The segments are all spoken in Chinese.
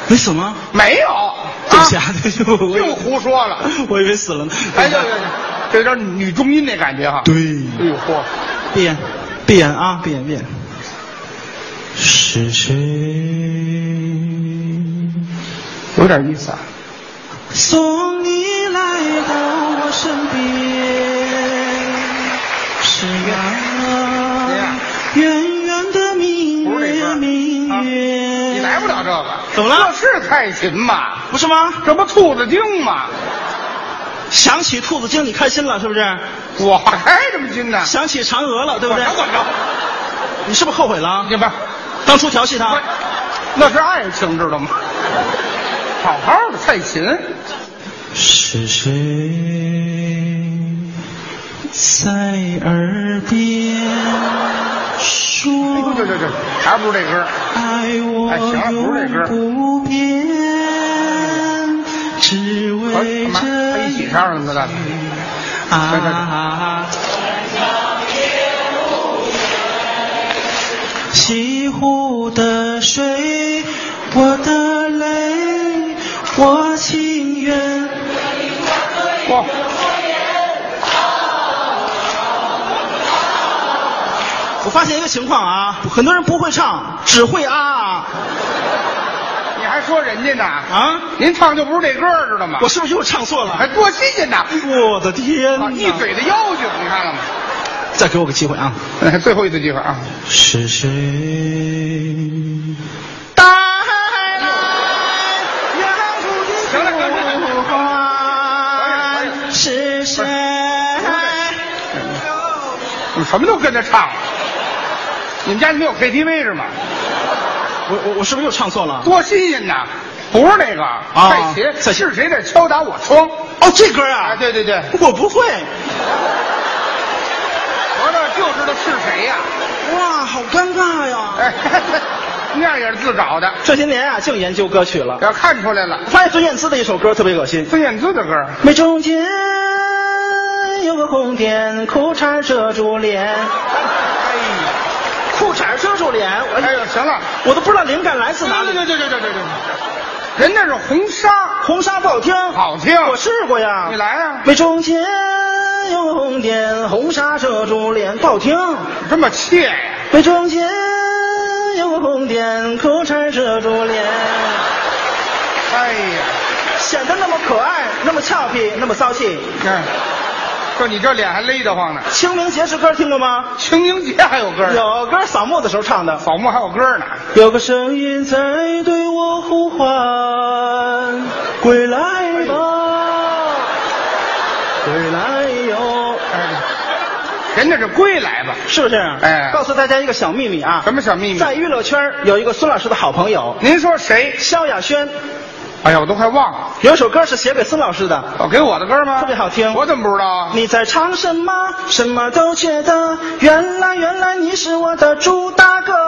没死吗？ 没有。 对不起啊，对不起， 又胡说了。 我以为死了呢。 哎，对，这有点女中音那感觉哈。 对。 哎呦嚯！ 闭眼啊，闭眼。是谁？ 有点意思啊。 送你来到我身边，是呀，圆圆的明月，明月。 你来不了这个。 怎么了？ 这是蔡琴吗？ 不是吗？ 这不兔子精吗？ 想起兔子精，你开心了是不是？ 我还这么精呢。 想起嫦娥了，对不对？ 我着， 你是不是后悔了？ 你不， 当初调戏他， 那是爱情，知道吗？好好的蔡琴。 是谁在耳边说？ 这，还不是这歌。 爱我永不变，只为这一起唱的啊！西湖的水，我的泪，我情愿。 哇！ 我发现一个情况啊，很多人不会唱，只会啊。 你还说人家呢？ 啊， 您唱就不是这歌，知道吗？ 我是不是又唱错了？ 还多新鲜呐！ 我的天哪！ 一嘴的妖精，你看了吗？ 再给我个机会啊！ 最后一次机会啊！ 是谁带来远处的呼唤？是谁？ 你什么都跟着唱。你们家里没有 KTV 是吗？ 我是不是又唱错了？ 多新鲜呐！不是那个啊， 蔡琴是谁在敲打我窗？ 哦，这歌啊！ 对， 我不会。 我这就知道是谁呀！ 哇，好尴尬呀！ 哎，那样也是自找的。 这些年啊，净研究歌曲了。 要看出来了， 发现孙燕姿的一首歌特别恶心。 孙燕姿的歌， 眉中间有个红点，裤衩遮住脸。裤衩遮住脸， 哎呦，行了， 我都不知道灵感来自哪里。 对，人那是红纱， 红纱不好听， 好听， 我试过呀。 你来啊！ 眉中间有个红点，红纱遮住脸，不好听， 这么怯呀？ 眉中间有个红点，裤衩遮住脸。 哎呀， 显得那么可爱，那么俏皮，那么骚气。 说你这脸还勒得慌呢。 清明节是歌听过吗？ 清明节还有歌？ 有歌，扫墓的时候唱的。 扫墓还有歌呢。 有个声音在对我呼唤，归来吧，归来哟。 人家是归来吧？ 是不是？ 哎， 告诉大家一个小秘密啊。 什么小秘密？ 在娱乐圈有一个孙老师的好朋友。 您说谁？ 萧亚轩。 哎呀，我都快忘了。 有一首歌是写给孙老师的。 给我的歌吗？ 特别好听。 我怎么不知道啊？ 你在唱什么？什么都觉得，原来你是我的猪大哥。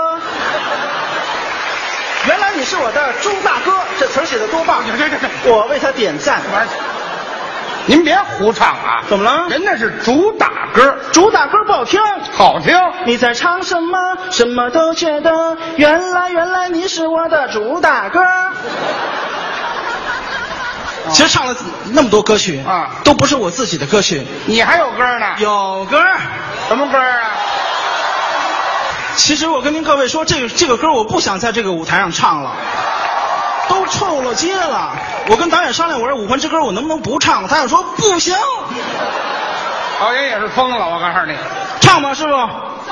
原来你是我的猪大哥，这词儿写的多棒！我为他点赞。 您别胡唱啊！ 怎么了？ 人那是主打歌， 主打歌不好听。 好听。 你在唱什么？什么都觉得，原来你是我的主打歌。其实唱了那么多歌曲啊， 都不是我自己的歌曲。 你还有歌呢？ 有歌。 什么歌啊？ 其实我跟您各位说，这个歌我不想在这个舞台上唱了，都臭了街了。我跟导演商量，我说《五环之歌》我能不能不唱？导演说不行。 导演也是疯了，我告诉你。 唱吧，师傅。《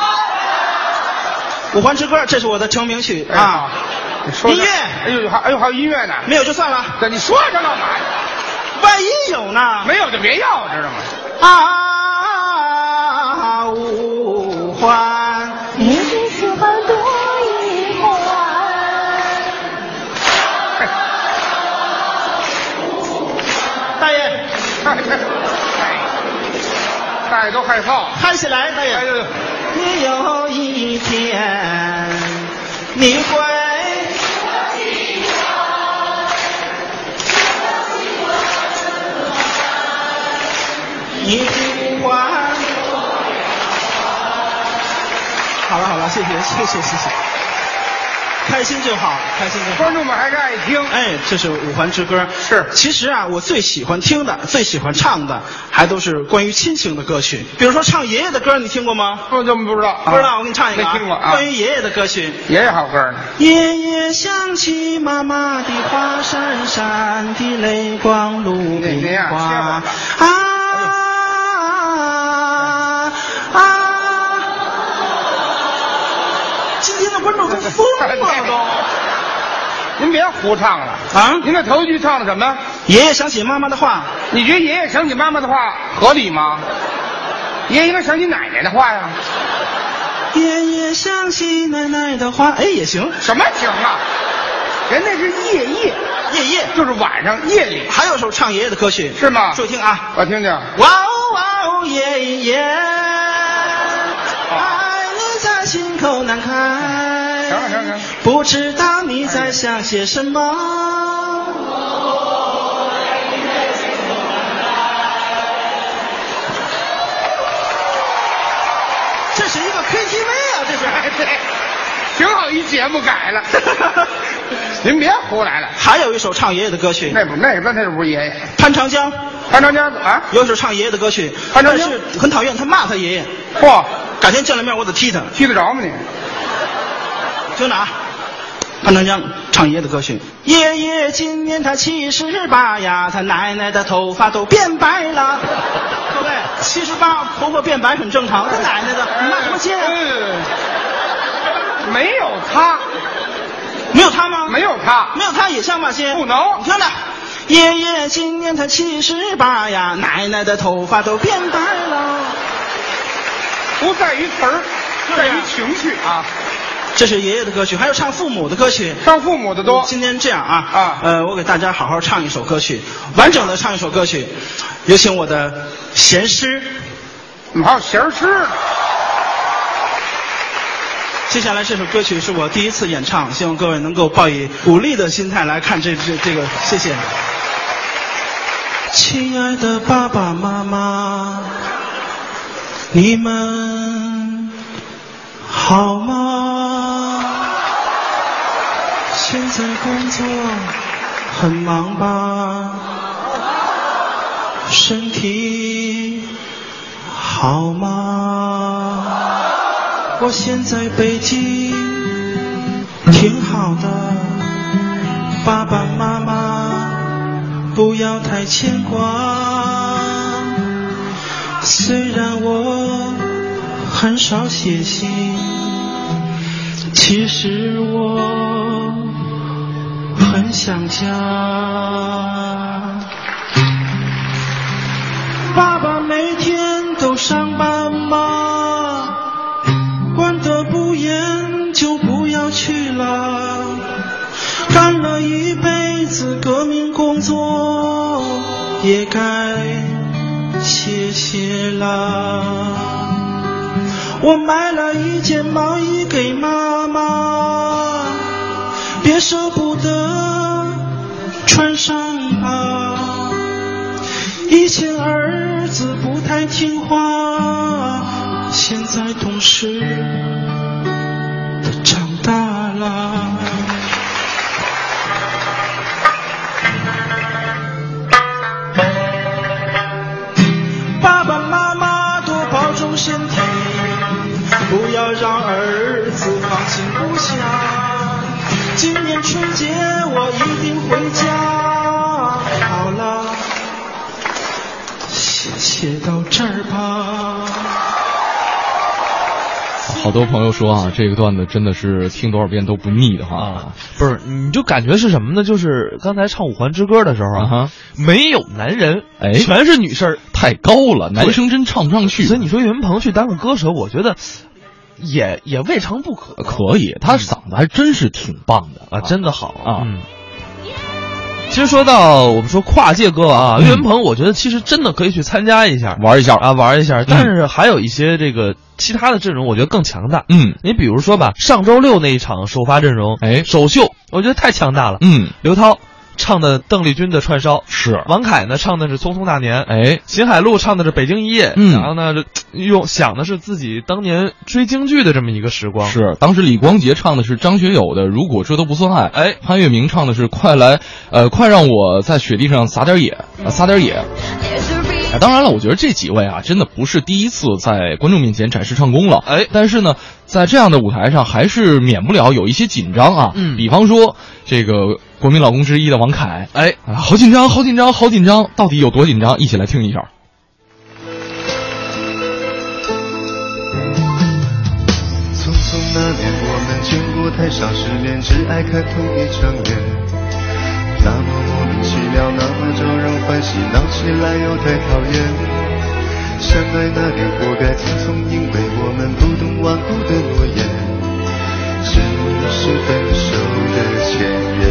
五环之歌》这是我的成名曲啊。音乐， 哎呦，还有音乐呢？ 没有就算了。 对，你说这干嘛呀？ 万一有呢？ 没有就别要，知道吗？ 啊，五环， 一句四环多一环。 大爷， 大爷都害臊， 嗨起来，大爷！ 哎呦， 也有一天，你会。你不还。好了，谢谢。 开心就好，开心就好。 观众们还是爱听。 哎，这是五环之歌。 是， 其实啊，我最喜欢听的、最喜欢唱的，还都是关于亲情的歌曲。比如说唱爷爷的歌，你听过吗？ 我怎么不知道？ 不知道，我给你唱一个啊。 没听过啊。 关于爷爷的歌曲。 爷爷好歌呢。 爷爷想起妈妈的话，闪闪的泪光如冰花。今天的观众都疯了都。 您别胡唱了啊！ 您那头一句唱的什么？ 爷爷想起妈妈的话。 你觉得爷爷想起妈妈的话合理吗？爷爷应该想起奶奶的话呀。 爷爷想起奶奶的话，哎也行。 什么行啊？人那是夜夜， 夜夜就是晚上夜里。 还有首唱爷爷的歌曲是吗？ 注意听啊， 我听听。 哇哦哇哦爷爷，爱你在心口难开。 行了行了， 不知道你在想些什么。这是一个 KTV 啊，这是。 挺好一节目改了。您别胡来了。 还有一首唱爷爷的歌曲， 那不是爷爷。 潘长江。 潘长江啊， 有一首唱爷爷的歌曲， 潘长江但是很讨厌他骂他爷爷。 嚯！ 改天见了面我得踢他。 踢得着吗你？ 听着啊，潘长江唱爷爷的歌曲。爷爷今年他78呀，他奶奶的头发都变白了。各位，78头发变白很正常，他奶奶的你骂什么街啊？ 没有他。 没有他吗？ 没有他， 没有他也像骂街。 不能。 你听着，爷爷今年他78呀，奶奶的头发都变白了。 不在于词儿，在于情绪啊。 这是爷爷的歌曲，还有唱父母的歌曲。 唱父母的多。 今天这样啊，我给大家好好唱一首歌曲，完整的唱一首歌曲。有请我的贤师。 怎么还有贤师呢？ 接下来这首歌曲是我第一次演唱，希望各位能够抱以鼓励的心态来看这个，谢谢。亲爱的爸爸妈妈，你们好吗？现在工作很忙吧？身体好吗？我现在北京挺好的，爸爸妈妈不要太牵挂。虽然我很少写信，其实我很想家。爸爸每天都上班吗？管得不严就不要去了，干了一辈子革命工作也该歇歇了。我买了一件毛衣给妈妈，别舍不得穿上吧。以前儿子不太听话，现在懂事的长大了。爸爸妈妈多保重身体，不要让儿子放心不下。今年春节我一定回家。好了，写到这儿吧。 好多朋友说啊，这个段子真的是听多少遍都不腻的话啊。 不是，你就感觉是什么呢？就是刚才唱《五环之歌》的时候啊，没有男人， 哎， 全是女生， 太高了，男生真唱不上去。 所以你说岳云鹏去当个歌手，我觉得也未尝不可。 可以，他嗓子还真是挺棒的啊，真的好啊。 其实说到我们说跨界歌啊，岳云鹏，我觉得其实真的可以去参加一下，玩一下。但是还有一些这个其他的阵容，我觉得更强大。你比如说吧，上周六那一场首发阵容，首秀，我觉得太强大了。刘涛、 唱的邓丽君的串烧， 是王凯呢唱的是匆匆那年， 哎， 秦海璐唱的是北京一夜，然后呢想的是自己当年追京剧的这么一个时光。 是当时李光洁唱的是张学友的如果这都不算爱， 哎， 潘粤明唱的是快让我在雪地上撒点野。当然了，我觉得这几位啊，真的不是第一次在观众面前展示唱功了。 哎， 但是呢，在这样的舞台上，还是免不了有一些紧张啊。比方说这个国民老公之一的王凯， 哎， 好紧张，好紧张，好紧张，到底有多紧张？一起来听一下。 匆匆那年，我们见过太少世面，只爱看同一场面。那么莫名其妙，那么招人欢喜，闹起来又太讨厌。相爱那年活该匆匆，因为我们不懂顽固的诺言，只是分手的前言。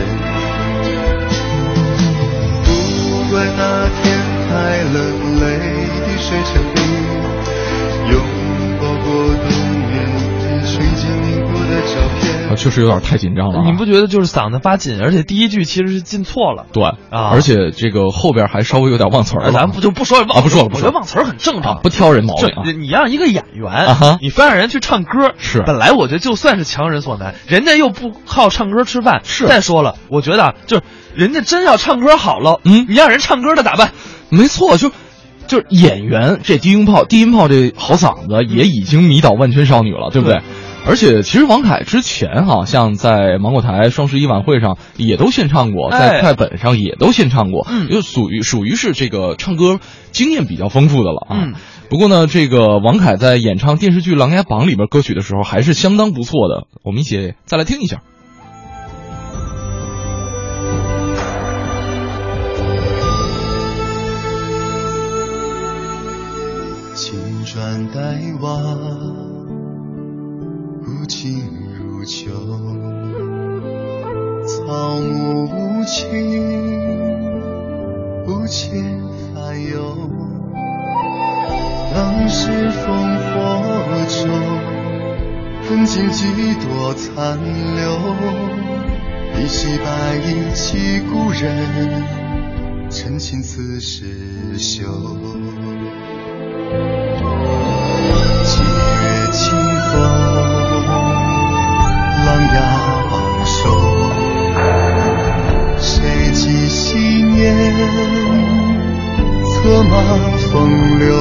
不怪那天太冷，泪滴水成冰，拥抱过冬眠，瞬间凝固的照片。 确实有点太紧张了。 你不觉得就是嗓子发紧，而且第一句其实是进错了？ 对啊， 而且这个后边还稍微有点忘词儿了。 咱不说了， 不说了。 我觉得忘词儿很正常， 不挑人毛病啊。 你让一个演员，你非让人去唱歌， 是本来我觉得就算是强人所难，人家又不靠唱歌吃饭。 是再说了，我觉得就是人家真要唱歌好了，你让人唱歌的咋办？ 没错，就是演员这低音炮这好嗓子也已经迷倒万千少女了，对不对？而且其实王凯之前好像在芒果台双11晚会上也都献唱过，在快本上也都献唱过，就属于是这个唱歌经验比较丰富的了啊。不过呢，这个王凯在演唱电视剧《琅琊榜》里边歌曲的时候还是相当不错的，我们一起再来听一下。 青砖黛瓦，无尽如秋，草木无情，无牵烦忧。当时烽火中，分尽几多残留，一袭白衣寄故人，真情此时休。几月清风，琅琊榜首，谁寄昔年，策马风流。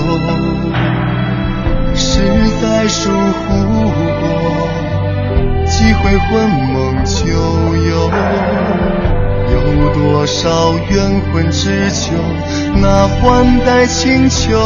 时在疏忽过，几回魂梦旧游。有多少冤魂之久，那换代清秋。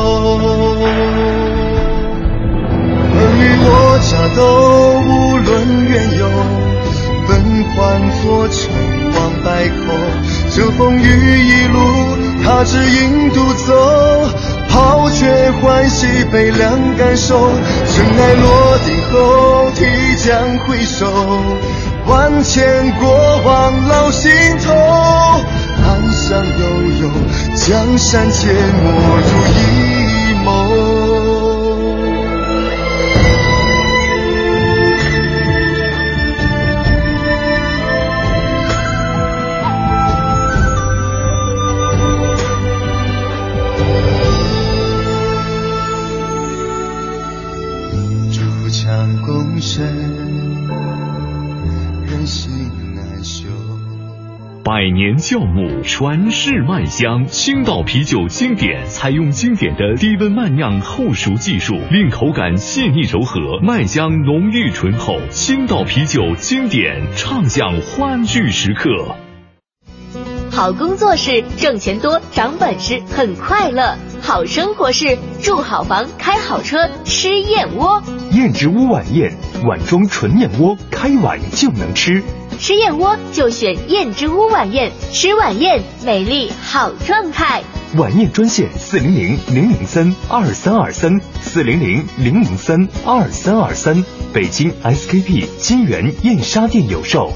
尔虞我诈都无论缘由，本换作成王败寇。这风雨一路，他只引独走，抛却欢喜悲凉感受。尘埃落定后，提将回首，万千过往烙心头。暗香悠悠，江山阡陌如一梦。筑墙共生，人心难修。 百年酵母，传世麦香。青岛啤酒经典采用经典的低温慢酿后熟技术，令口感细腻柔和，麦香浓郁醇厚。青岛啤酒经典，畅享欢聚时刻。 好工作是挣钱多，长本事，很快乐。好生活是住好房，开好车，吃燕窝。 燕之屋晚宴，碗中纯燕窝，开碗就能吃。 吃燕窝就选燕之屋晚宴，吃晚宴美丽好状态。 晚宴专线400-003-2323，400-003-2323，北京 SKP 金源燕莎店有售。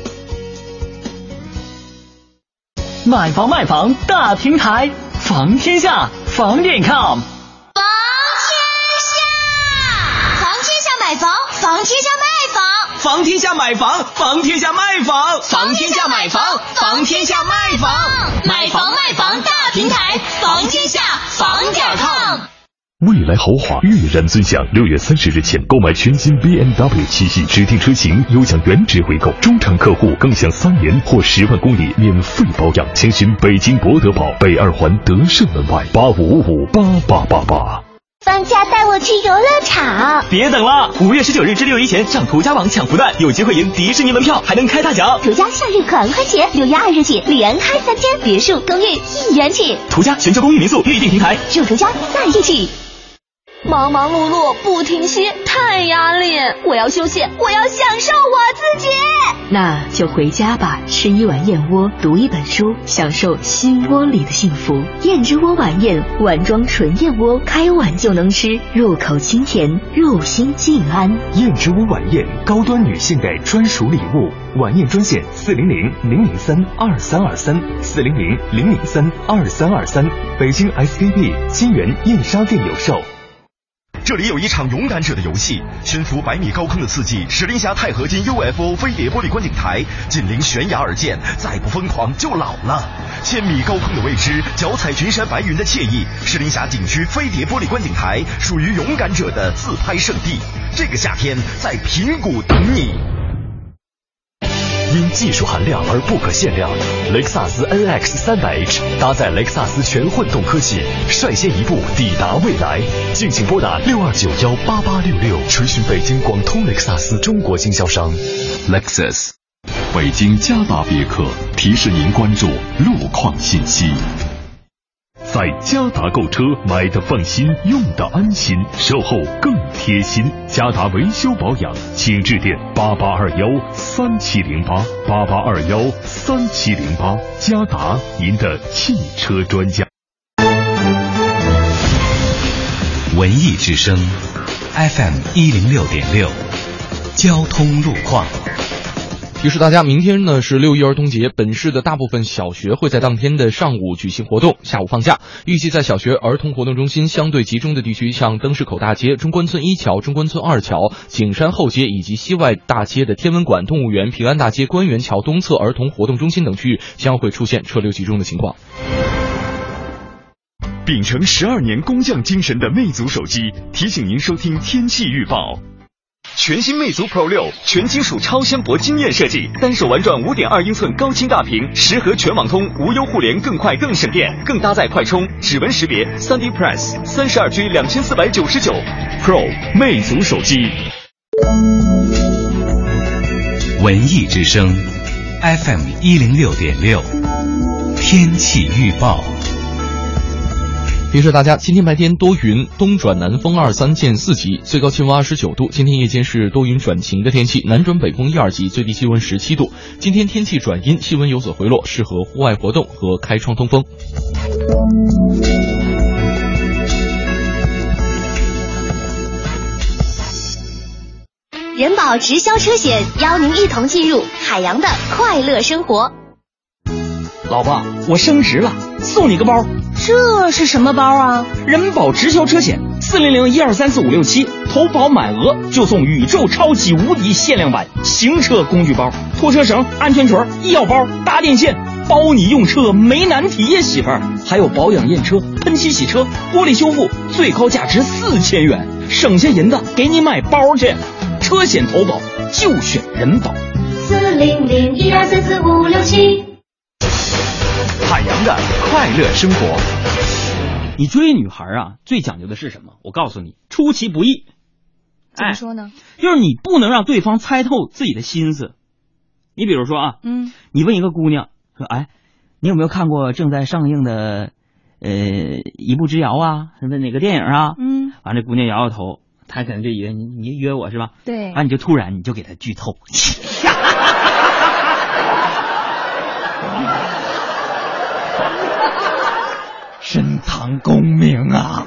买房大平台，房天下房点 com。 房天下买房，房天下卖房， 房天下买房，房天下卖房， 房天下买房，房天下卖房， 买房卖房大平台，房天下房.com。 未来豪华跃然尊享，6月30日前购买全新 BMW 7系指定车型，有享原值回购，中长客户更享3年或10万公里免费保养。请询北京博德堡北2环德胜门外85558888。 放假带我去游乐场！ 别等了，5月19日至6日前上途家网抢福袋，有机会赢迪士尼门票，还能开大奖。 途家夏日狂欢节，6月2日起连开3天，别墅公寓1元起。 途家全球公寓民宿预订平台， 祝途家在一起。忙忙碌碌不停歇，太压力，我要休息，我要享受我自己。那就回家吧，吃一碗燕窝，读一本书，享受心窝里的幸福。燕之窝晚宴，碗装纯燕窝，开碗就能吃，入口清甜，入心静安。 燕之窝晚宴，高端女性的专属礼物。晚宴专线400-003-2323，400-003-2323，北京 SKP 金源燕莎店有售。 这里有一场勇敢者的游戏，悬浮100米高空的刺激，石林峡钛合金 UFO 飞碟玻璃观景台，紧邻悬崖而建，再不疯狂就老了。1000米高空的未知，脚踩群山白云的惬意，石林峡景区飞碟玻璃观景台属于勇敢者的自拍圣地。这个夏天在平谷等你。 因技术含量而不可限量，雷克萨斯 NX 300H 搭载雷克萨斯全混动科技，率先一步抵达未来。敬请拨打62918866，垂询北京广通雷克萨斯中国经销商。 Lexus， 北京嘉达别克提示您关注路况信息。在嘉达购车，买的放心，用的安心，售后更贴心。嘉达维修保养，请致电88213708，88213708。嘉达，您的汽车专家。 文艺之声 FM 106.6，交通路况。 提示大家，明天呢是6一儿童节，本市的大部分小学会在当天的上午举行活动，下午放假。预计在小学儿童活动中心相对集中的地区，像灯市口大街、中关村1桥、中关村2桥、景山后街以及西外大街的天文馆、动物园、平安大街、官园桥东侧儿童活动中心等区域，将会出现车流集中的情况。 秉承12年工匠精神的魅族手机提醒您收听天气预报。全新魅族 Pro 6全金属超纤薄惊艳设计，单手玩转 5.2 英寸高清大屏，实合全网通，无忧互联，更快更省电，更搭载快充、指纹识别、3D Press， 32G 2499 Pro 魅族手机。 文艺之声 FM 106.6，天气预报。 提示大家，今天白天多云，东转南风2、3见4级，最高气温29度。今天夜间是多云转晴的天气，南转北风1、2级，最低气温17度。今天天气转阴，气温有所回落，适合户外活动和开窗通风。 人保直销车险邀您一同进入海洋的快乐生活。 老婆，我升职了，送你个包。 这是什么包啊？ 人保直销车险，400-1234567，投保满额就送宇宙超级无敌限量版行车工具包，拖车绳、安全锤、医药包、搭电线，包你用车没难题呀，媳妇儿。还有保养验车、喷漆洗车、玻璃修复，最高价值4000元，省下银子给你买包去。车险投保就选人保。 400-1234567。 海洋的快乐生活。 你追女孩啊，最讲究的是什么？我告诉你，出其不意。 怎么说呢？ 就是你不能让对方猜透自己的心思。你比如说啊，你问一个姑娘说，哎，你有没有看过正在上映的一步之遥啊，什么哪个电影啊？完了，姑娘摇摇头，她可能就以为你约我是吧？ 对。 完你就突然你就给她剧透。深藏功名啊！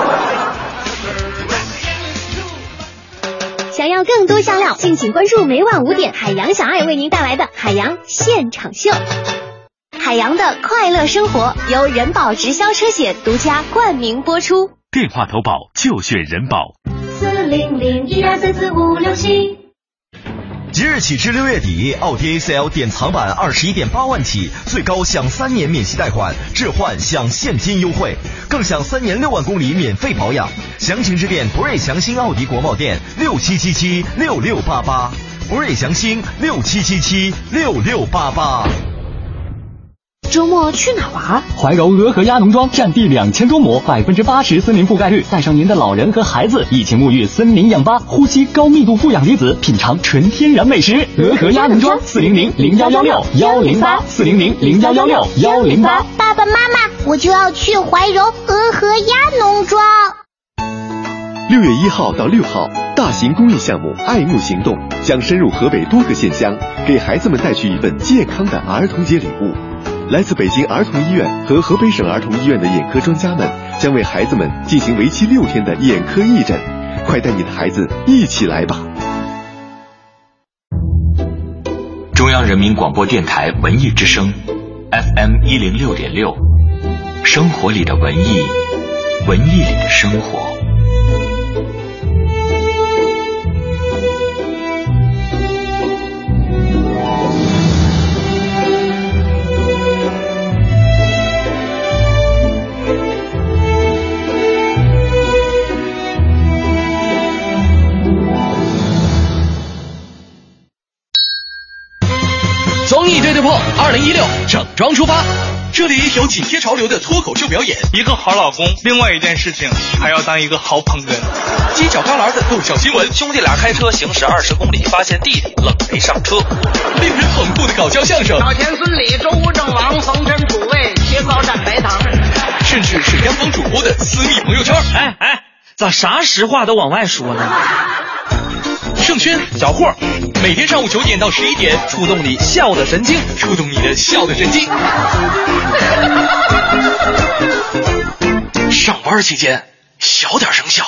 想要更多香料，敬请关注每晚5点海洋小爱为您带来的海洋现场秀。海洋的快乐生活由人保直销车险独家冠名播出。 电话投保就选人保。 400-1234567。 即日起至6月底，奥迪 A4L 典藏版21.8万起，最高享3年免息贷款，置换享现金优惠，更享3年6万公里免费保养。详情致电博瑞祥兴奥迪国贸店67776688，博瑞祥兴67776688。 周末去哪玩？ 怀柔鹅和鸭农庄占地2000多亩，80%森林覆盖率，带上您的老人和孩子，一起沐浴森林氧吧，呼吸高密度负氧离子，品尝纯天然美食。鹅和鸭农庄400-0116-108，400-0116-108。 爸爸妈妈，我就要去怀柔鹅和鸭农庄。 6月1号到6号，大型公益项目爱慕行动将深入河北多个县乡，给孩子们带去一份健康的儿童节礼物。来自北京儿童医院和河北省儿童医院的眼科专家们将为孩子们进行为期6天的眼科义诊，快带你的孩子一起来吧！ 中央人民广播电台文艺之声 FM 106.6，生活里的文艺，文艺里的生活。 综艺对对碰2016整装出发，这里有紧贴潮流的脱口秀表演， 一个好老公，另外一件事情还要当一个好捧哏， 犄角旮旯的逗笑新闻， 兄弟俩开车行驶20公里，发现弟弟冷没上车， 令人捧腹的搞笑相声， 老田孙李周吴郑王冯陈楚卫切糕蘸白糖， 甚至是央广主播的私密朋友圈。 哎，咋啥实话都往外说呢？ 盛轩、小霍，每天上午9点到11点， 触动你笑的神经， 触动你的笑的神经。上班期间小点声笑。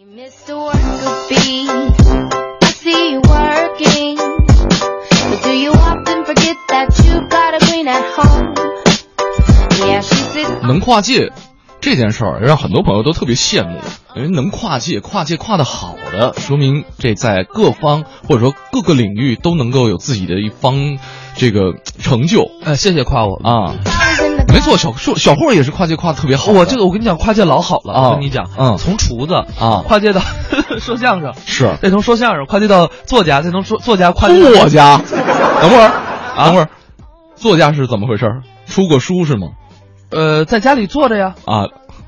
能跨界这件事儿让很多朋友都特别羡慕，因为能跨界跨得好的，说明这在各方或者说各个领域都能够有自己的一方这个成就。 谢谢夸我啊！没错，小霍也是跨界跨得特别好。 我跟你讲，跨界老好了。我跟你讲，从厨子跨界到说相声， 是再从说相声跨界到作家，再从作家跨界到作家。等会儿，作家是怎么回事？出过书是吗？ 在家里坐着呀。 啊，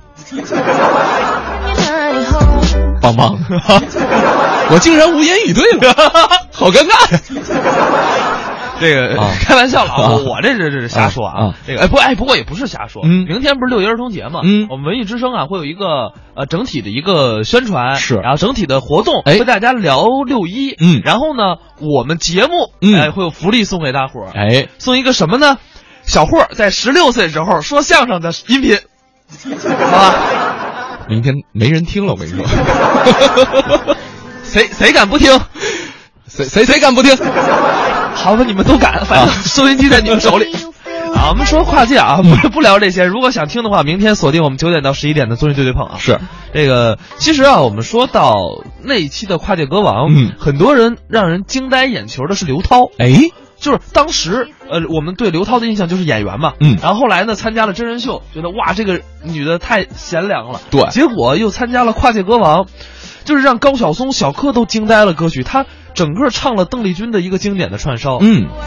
棒棒，我竟然无言以对了，好尴尬呀。 这个开玩笑了啊，我这是瞎说啊。这个不过也不是瞎说。明天不是6一儿童节嘛？我们文艺之声啊会有一个整体的一个宣传， 是， 然后整体的活动和大家聊6·1。然后呢，我们节目会有福利送给大伙儿。送一个什么呢？小霍在16岁时候说相声的音频，好吧？ 明天没人听了，我跟你说。 谁敢不听？ 谁敢不听？ 好吧，你们都敢，反正收音机在你们手里。我们说跨界啊，不聊这些。如果想听的话，明天锁定我们9点到11点的综艺对对碰啊。 是这个，其实啊，我们说到那一期的跨界歌王，很多人让人惊呆眼球的是刘涛。就是当时我们对刘涛的印象就是演员嘛，然后后来呢参加了真人秀，觉得哇这个女的太贤良了， 对， 结果又参加了跨界歌王，就是让高晓松、小柯都惊呆了歌曲，他整个唱了邓丽君的一个经典的串烧。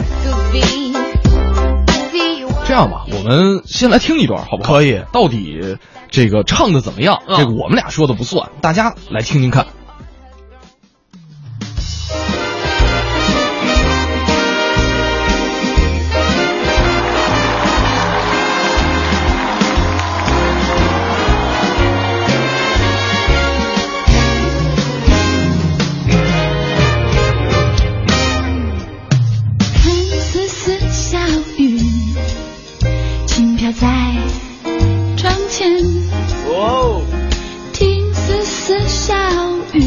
这样吧，我们先来听一段好不好？ 可以。 到底这个唱的怎么样？这个我们俩说的不算，大家来听听看。 在窗前，听丝丝小雨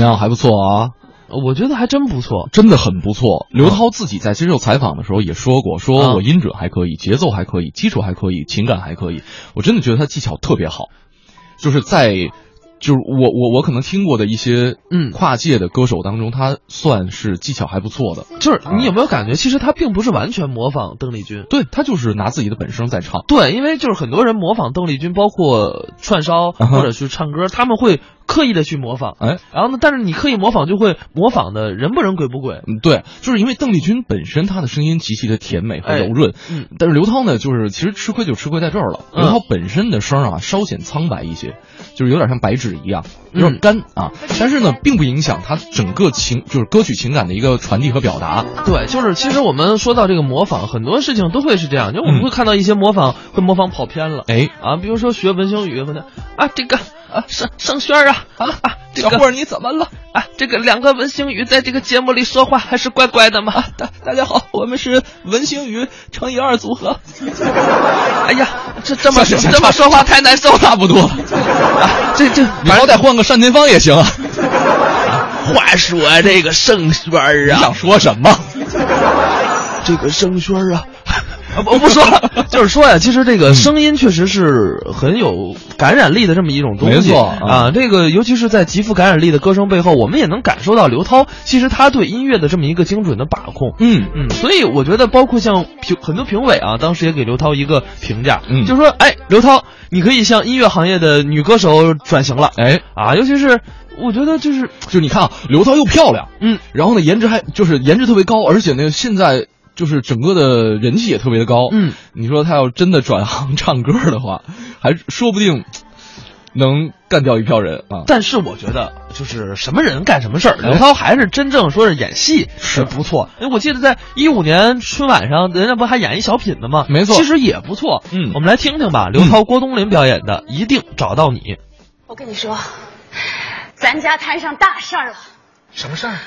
样？还不错啊。 我觉得还真不错， 真的很不错。刘涛自己在接受采访的时候也说过，说我音准还可以，节奏还可以，基础还可以，情感还可以。我真的觉得他技巧特别好，就是我可能听过的一些跨界的歌手当中，他算是技巧还不错的。 就是你有没有感觉，其实他并不是完全模仿邓丽君， 对，他就是拿自己的本声在唱。 对，因为就是很多人模仿邓丽君，包括串烧或者去唱歌，他们会刻意的去模仿，然后呢，但是你刻意模仿就会模仿的人不人鬼不鬼。 对，就是因为邓丽君本身她的声音极其的甜美和柔润，但是刘涛呢，就是其实吃亏就吃亏在这儿了。刘涛本身的声啊稍显苍白一些，就是有点像白纸一样，有点干啊，但是呢，并不影响他整个就是歌曲情感的一个传递和表达。 对，就是其实我们说到这个模仿，很多事情都会是这样，就我们会看到一些模仿会模仿跑偏了，比如说学文星宇这个盛轩小霍你怎么了这个两个文星宇在这个节目里说话还是怪怪的吗？ 大家好，我们是文星宇乘以2组合。 哎呀，这么说话太难受了， 差不多了你好歹换个单田芳也行啊。 话说这个盛轩你想说什么？ 这个盛轩我不说了，就是说呀，其实这个声音确实是很有感染力的这么一种东西， 没错啊，这个尤其是在极富感染力的歌声背后，我们也能感受到刘涛其实他对音乐的这么一个精准的把控，所以我觉得包括像很多评委啊，当时也给刘涛一个评价，就是说，刘涛你可以向音乐行业的女歌手转型了，尤其是。我觉得就是你看啊，刘涛又漂亮，然后呢颜值特别高，而且呢现在就是整个的人气也特别的高，你说他要真的转行唱歌的话，还说不定能干掉一票人啊。 但是我觉得就是什么人干什么事儿，刘涛还是真正说是演戏是不错。我记得在15年春晚上，人家不还演一小品的吗？ 没错， 其实也不错。我们来听听吧，刘涛、郭冬临表演的《一定找到你》。 我跟你说。咱家摊上大事儿了。 什么事儿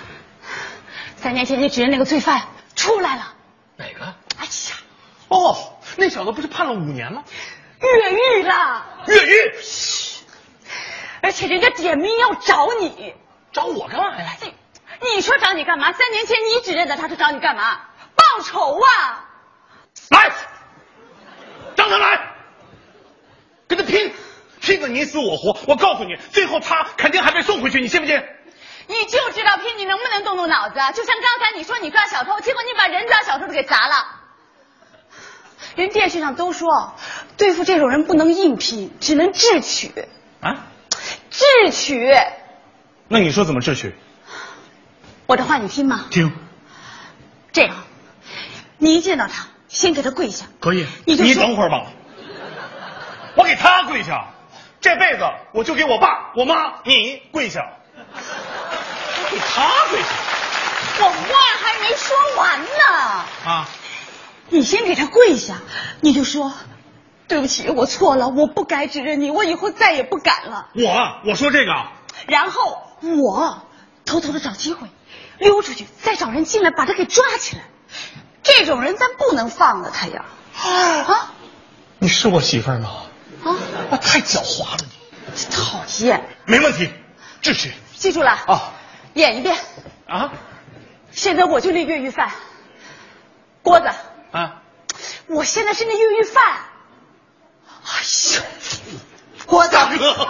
？3年前你指认那个罪犯出来了。 哪个？ 哎呀， 那小子不是判了5年吗？ 越狱了。 越狱？ 而且人家点名要找你。 找我干嘛呀？ 你说找你干嘛？3年前你指认的，他说找你干嘛？报仇啊！ 来，让他来，跟他拼！拼个你死我活，我告诉你，最后他肯定还被送回去，你信不信？ 你就知道拼，你能不能动动脑子啊？就像刚才你说你抓小偷，结果你把人抓小偷的给砸了。人电视上都说，对付这种人不能硬拼，只能智取。智取。 那你说怎么智取？ 我的话你听吗？ 听。 这样，你一见到他，先给他跪下。 可以。你等会儿吧，我给他跪下。这辈子我就给我爸我妈你跪下，我给他跪下。 我话还没说完呢。你先给他跪下，你就说对不起，我错了，我不该指认你，我以后再也不敢了。 我说这个， 然后我偷偷的找机会溜出去，再找人进来把他给抓起来。这种人咱不能放了他呀。 你是我媳妇儿吗？那太狡猾了你， 讨厌。 没问题，智取。 记住了演一遍现在我就那越狱犯郭子我现在是那越狱犯。哎呦，郭子大哥，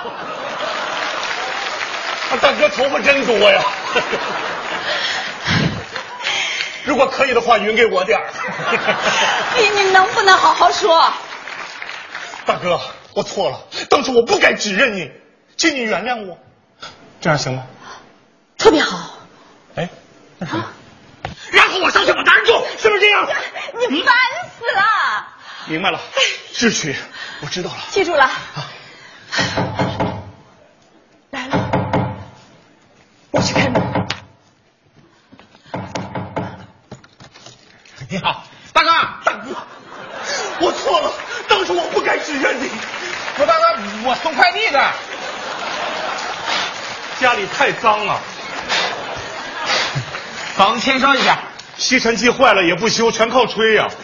大哥头发真多呀。如果可以的话，匀给我点儿。 你能不能好好说？ 大哥，我错了，当初我不该指认你，请你原谅我，这样行吗？ 特别好。 那什么？然后我上去把他人住，是不是这样？ 你烦死了。 明白了，智取，我知道了。 记住了。来了，我去开门。 你好，大哥，我错了，当初我不该指认你。 大哥，我送快递的，家里太脏了， 房子签烧一下。吸尘器坏了也不修，全靠吹呀。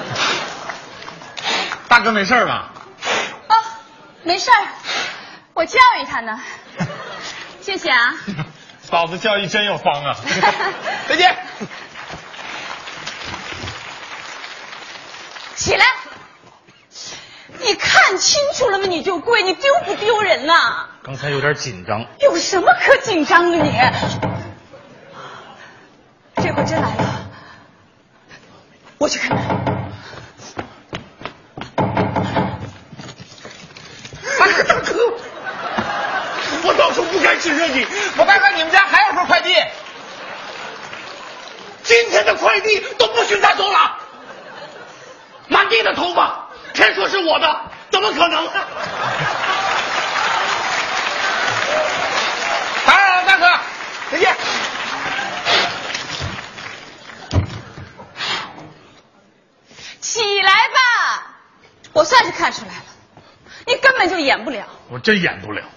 大哥没事吧？ 没事儿，我教育他呢。谢谢啊。 嫂子教育真有方啊！再见。 起来，你看清楚了吗？你就跪，你丢不丢人呐？ 刚才有点紧张。 有什么可紧张的你？这回真来了，我去开门。 大哥，我当初不该指认你。我看看你们家还有份快递，今天的快递都不许再送了。满地的头发，谁说是我的？怎么可能？打扰了，大哥，再见。 起来吧，我算是看出来了，你根本就演不了。 我真演不了。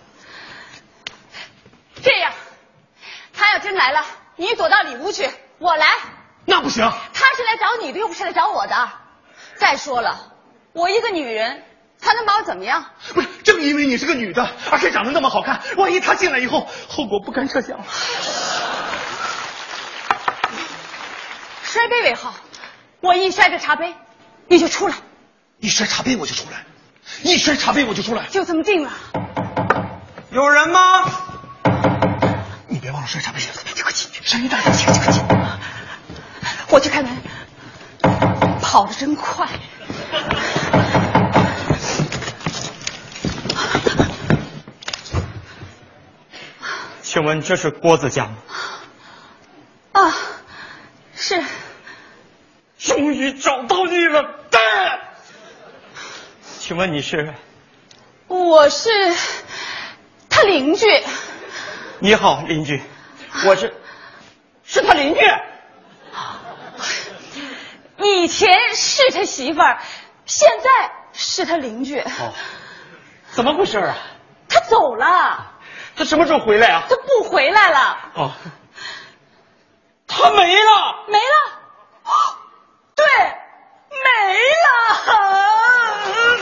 这样，他要真来了，你躲到里屋去，我来。 那不行， 他是来找你的，又不是来找我的。再说了，我一个女人，他能把我怎么样？ 不是，正因为你是个女的，而且长得那么好看，万一他进来以后，后果不堪设想。 摔杯为号，我一摔这茶杯，你就出来。 一摔茶杯我就出来，一摔茶杯我就出来， 就这么定了。 有人吗？你别忘了摔茶杯的，你快进去，声音大点，快进。 我去开门，跑得真快。 请问这是郭子家吗？ 啊，是。 终于找到你了，请问你是？ 我是他邻居。 你好，邻居，我是他邻居。 以前是他媳妇儿，现在是他邻居。 哦，怎么回事啊？ 他走了。 他什么时候回来啊？ 他不回来了。 哦，他没了。 没了。哦，对，没了。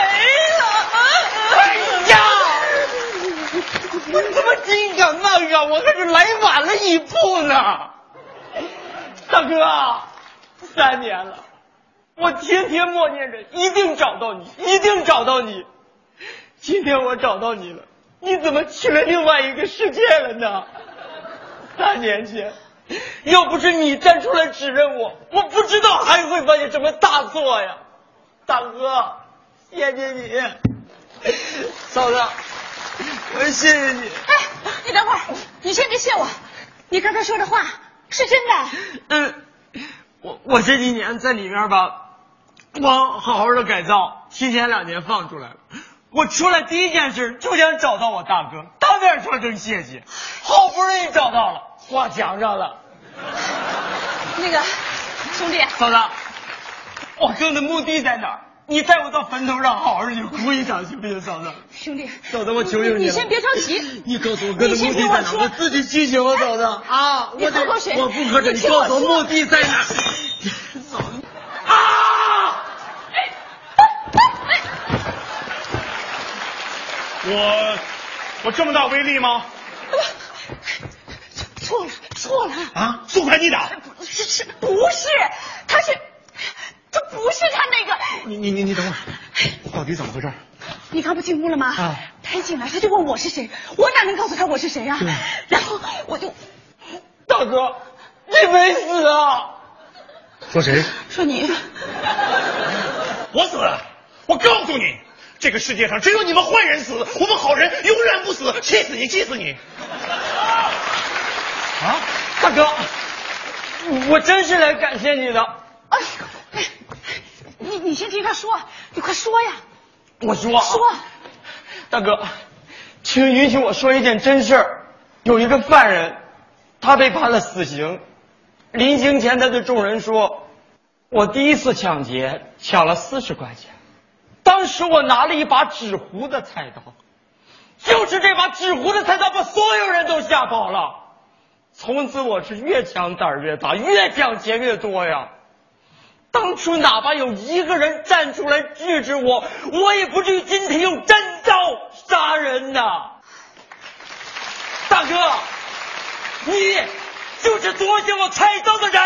哎呀，我怎么紧赶慢赶？我可是来晚了一步呢。大哥。3年了，我天天默念着，一定找到你，一定找到你。今天我找到你了，你怎么去了另外一个世界了呢？3年前，要不是你站出来指认我，我不知道还会犯下什么大错呀。大哥，谢谢你，嫂子，我谢谢你。 哎，你等会儿，你先别谢我，你刚才说的话是真的。 我这几年在里面吧，我好好的改造，提前2年放出来了。我出来第一件事就想找到我大哥，当面说声谢谢。好不容易找到了，挂墙上了。 那个兄弟， 嫂子，我哥的墓地在哪儿？你带我到坟头上好好去哭一场，行不行，嫂子？ 兄弟， 嫂子，我求求你了， 你先别着急。 你告诉我哥的墓地在哪儿，我自己去行吗，嫂子？啊， 你喝口水。 我不喝水，你告诉我墓地在哪儿？嫂子，啊！我这么大威力吗？ 错了啊！送快递的？ 不是，他不是他那个。 你等会儿，到底怎么回事？ 你刚不进屋了吗？ 啊！ 他一进来他就问我是谁，我哪能告诉他我是谁啊？然后我就， 大哥，你没死啊？说谁？ 说你。 我死了！我告诉你，这个世界上只有你们坏人死，我们好人永远不死！气死你，气死你！啊，大哥，我真是来感谢你的。 哎，你先听他说，你快说呀！ 我说，大哥，请允许我说一件真事儿。有一个犯人，他被判了死刑，临刑前他对众人说：“我第一次抢劫抢了40块钱，当时我拿了一把纸糊的菜刀，就是这把纸糊的菜刀把所有人都吓跑了。从此我是越抢胆儿越大，越抢钱越多呀。当初哪怕有一个人站出来制止我，我也不至于今天用真刀杀人呐。大哥， 你就是夺下我菜刀的人。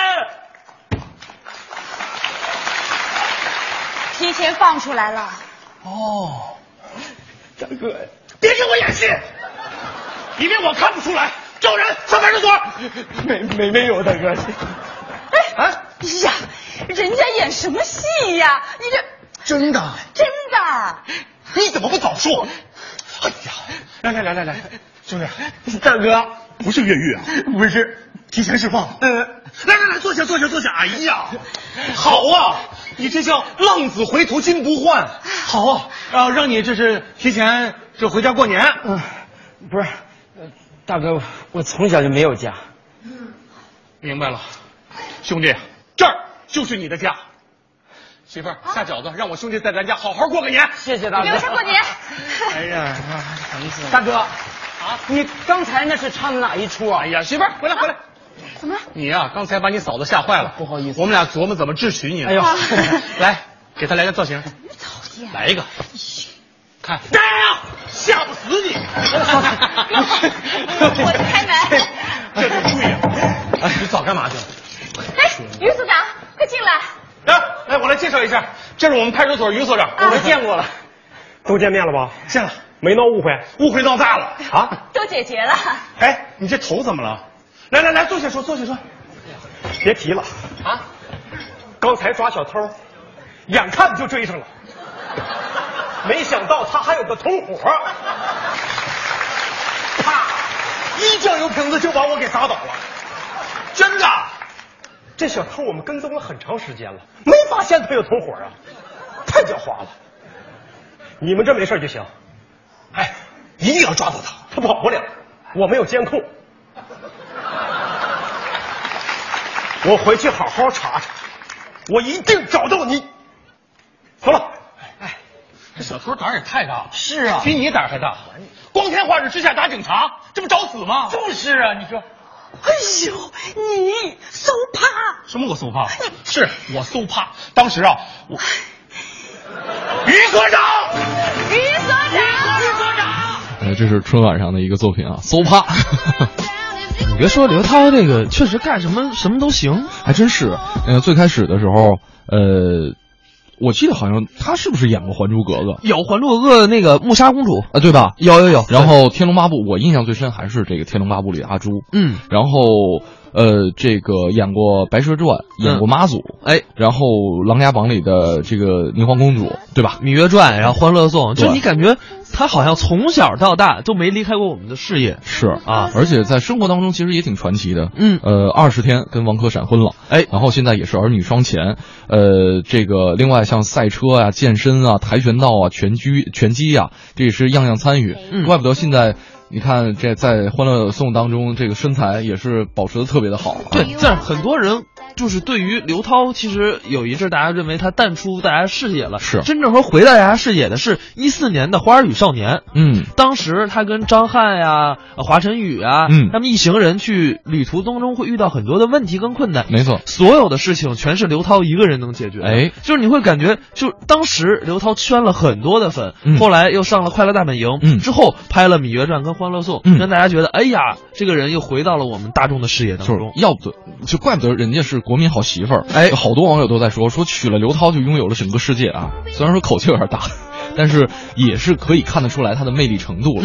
提前放出来了。 哦，大哥，别给我演戏，以为我看不出来。找人上派出所。没有，大哥。 哎呀，人家演什么戏呀？你这真的？ 真的？ 你怎么不早说？哎呀，来，兄弟，大哥不是越狱啊，不是提前释放。来，坐下。哎呀，好啊，你这叫浪子回头金不换。好啊，让你这是提前就回家过年。 不是。大哥，我从小就没有家。 明白了，兄弟，这儿就是你的家。媳妇儿，下饺子，让我兄弟在咱家好好过个年。 谢谢大哥。 留下过年。 哎呀， 大哥，你刚才那是唱的哪一出啊？ 哎呀，媳妇儿，回来。 怎么？ 你呀，刚才把你嫂子吓坏了。 不好意思， 我们俩琢磨怎么治许你呢。 哎呦， 来，给他来个造型。 讨厌。 来一个。看，哎呀，吓不死你！ 我去开门。 这就对呀！哎，你早干嘛去了？ 哎，于所长，快进来。 来，我来介绍一下，这是我们派出所于所长， 我们见过了。 都见面了吧？见了，没闹误会？误会闹大了啊！ 都解决了。 哎，你这头怎么了？来，坐下说。别提了啊！刚才抓小偷，眼看就追上了。没想到他还有个同伙，啪，一酱油瓶子就把我给砸倒了。真的，这小偷我们跟踪了很长时间了，没发现他有同伙啊，太狡猾了。你们这没事就行，哎，一定要抓到他，他跑不了，我们有监控。我回去好好查查，我一定找到你。走了。这小偷胆也太大了。 是啊， 比你胆还大。光天化日之下打警察，这不找死吗？ 就是啊，你说。 哎呦，你搜怕？ 什么我搜怕？是我搜怕。当时啊，我于所长。 这是春晚上的一个作品啊，搜怕。 你别说刘涛这个确实干什么都行， 还真是。最开始的时候，我记得好像他是不是演过《还珠格格》？ 有《还珠格格》那个木沙公主啊，对吧？ 有。 然后《天龙八部》，我印象最深还是这个《天龙八部》里的阿朱。然后这个演过《白蛇传》，演过妈祖，然后《琅琊榜》里的这个霓凰公主，对吧？ 《芈月传》，然后《欢乐颂》，就你感觉他好像从小到大都没离开过我们的视野。 是啊，而且在生活当中其实也挺传奇的。20天跟王珂闪婚了，然后现在也是儿女双全。这个另外像赛车啊、健身啊、跆拳道啊、拳击啊，这也是样样参与。怪不得现在你看这在《欢乐颂》当中，这个身材也是保持的特别的好。 对，这很多人就是对于刘涛，其实有一阵大家认为他淡出大家视野了， 是真正说回到大家视野的是14年的《花儿与少年》。当时他跟张翰呀、华晨宇啊，他们一行人去旅途当中会遇到很多的问题跟困难。 没错， 所有的事情全是刘涛一个人能解决的。就是你会感觉，就当时刘涛圈了很多的粉，后来又上了《快乐大本营》，之后拍了《芈月传》跟《欢乐颂》，让大家觉得，哎呀，这个人又回到了我们大众的视野当中。 要不就怪不得人家是国民好媳妇儿。好多网友都在说娶了刘涛就拥有了整个世界啊。虽然说口气有点大，但是也是可以看得出来他的魅力程度了。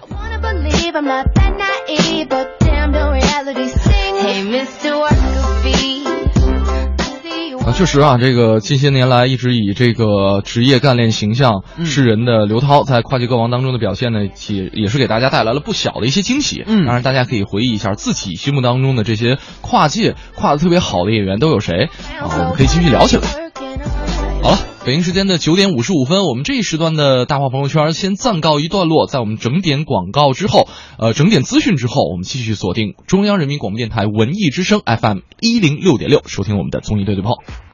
确实啊，这个近些年来一直以这个职业干练形象示人的刘涛，在跨界歌王当中的表现呢，也是给大家带来了不小的一些惊喜。当然大家可以回忆一下自己心目当中的这些跨界跨得特别好的演员都有谁啊，我们可以继续聊起来。好了，北京时间的9点55分，我们这一时段的大话朋友圈先暂告一段落。在我们整点广告之后，整点资讯之后，我们继续锁定中央人民广播电台文艺之声 FM 106.6，收听我们的综艺对对碰。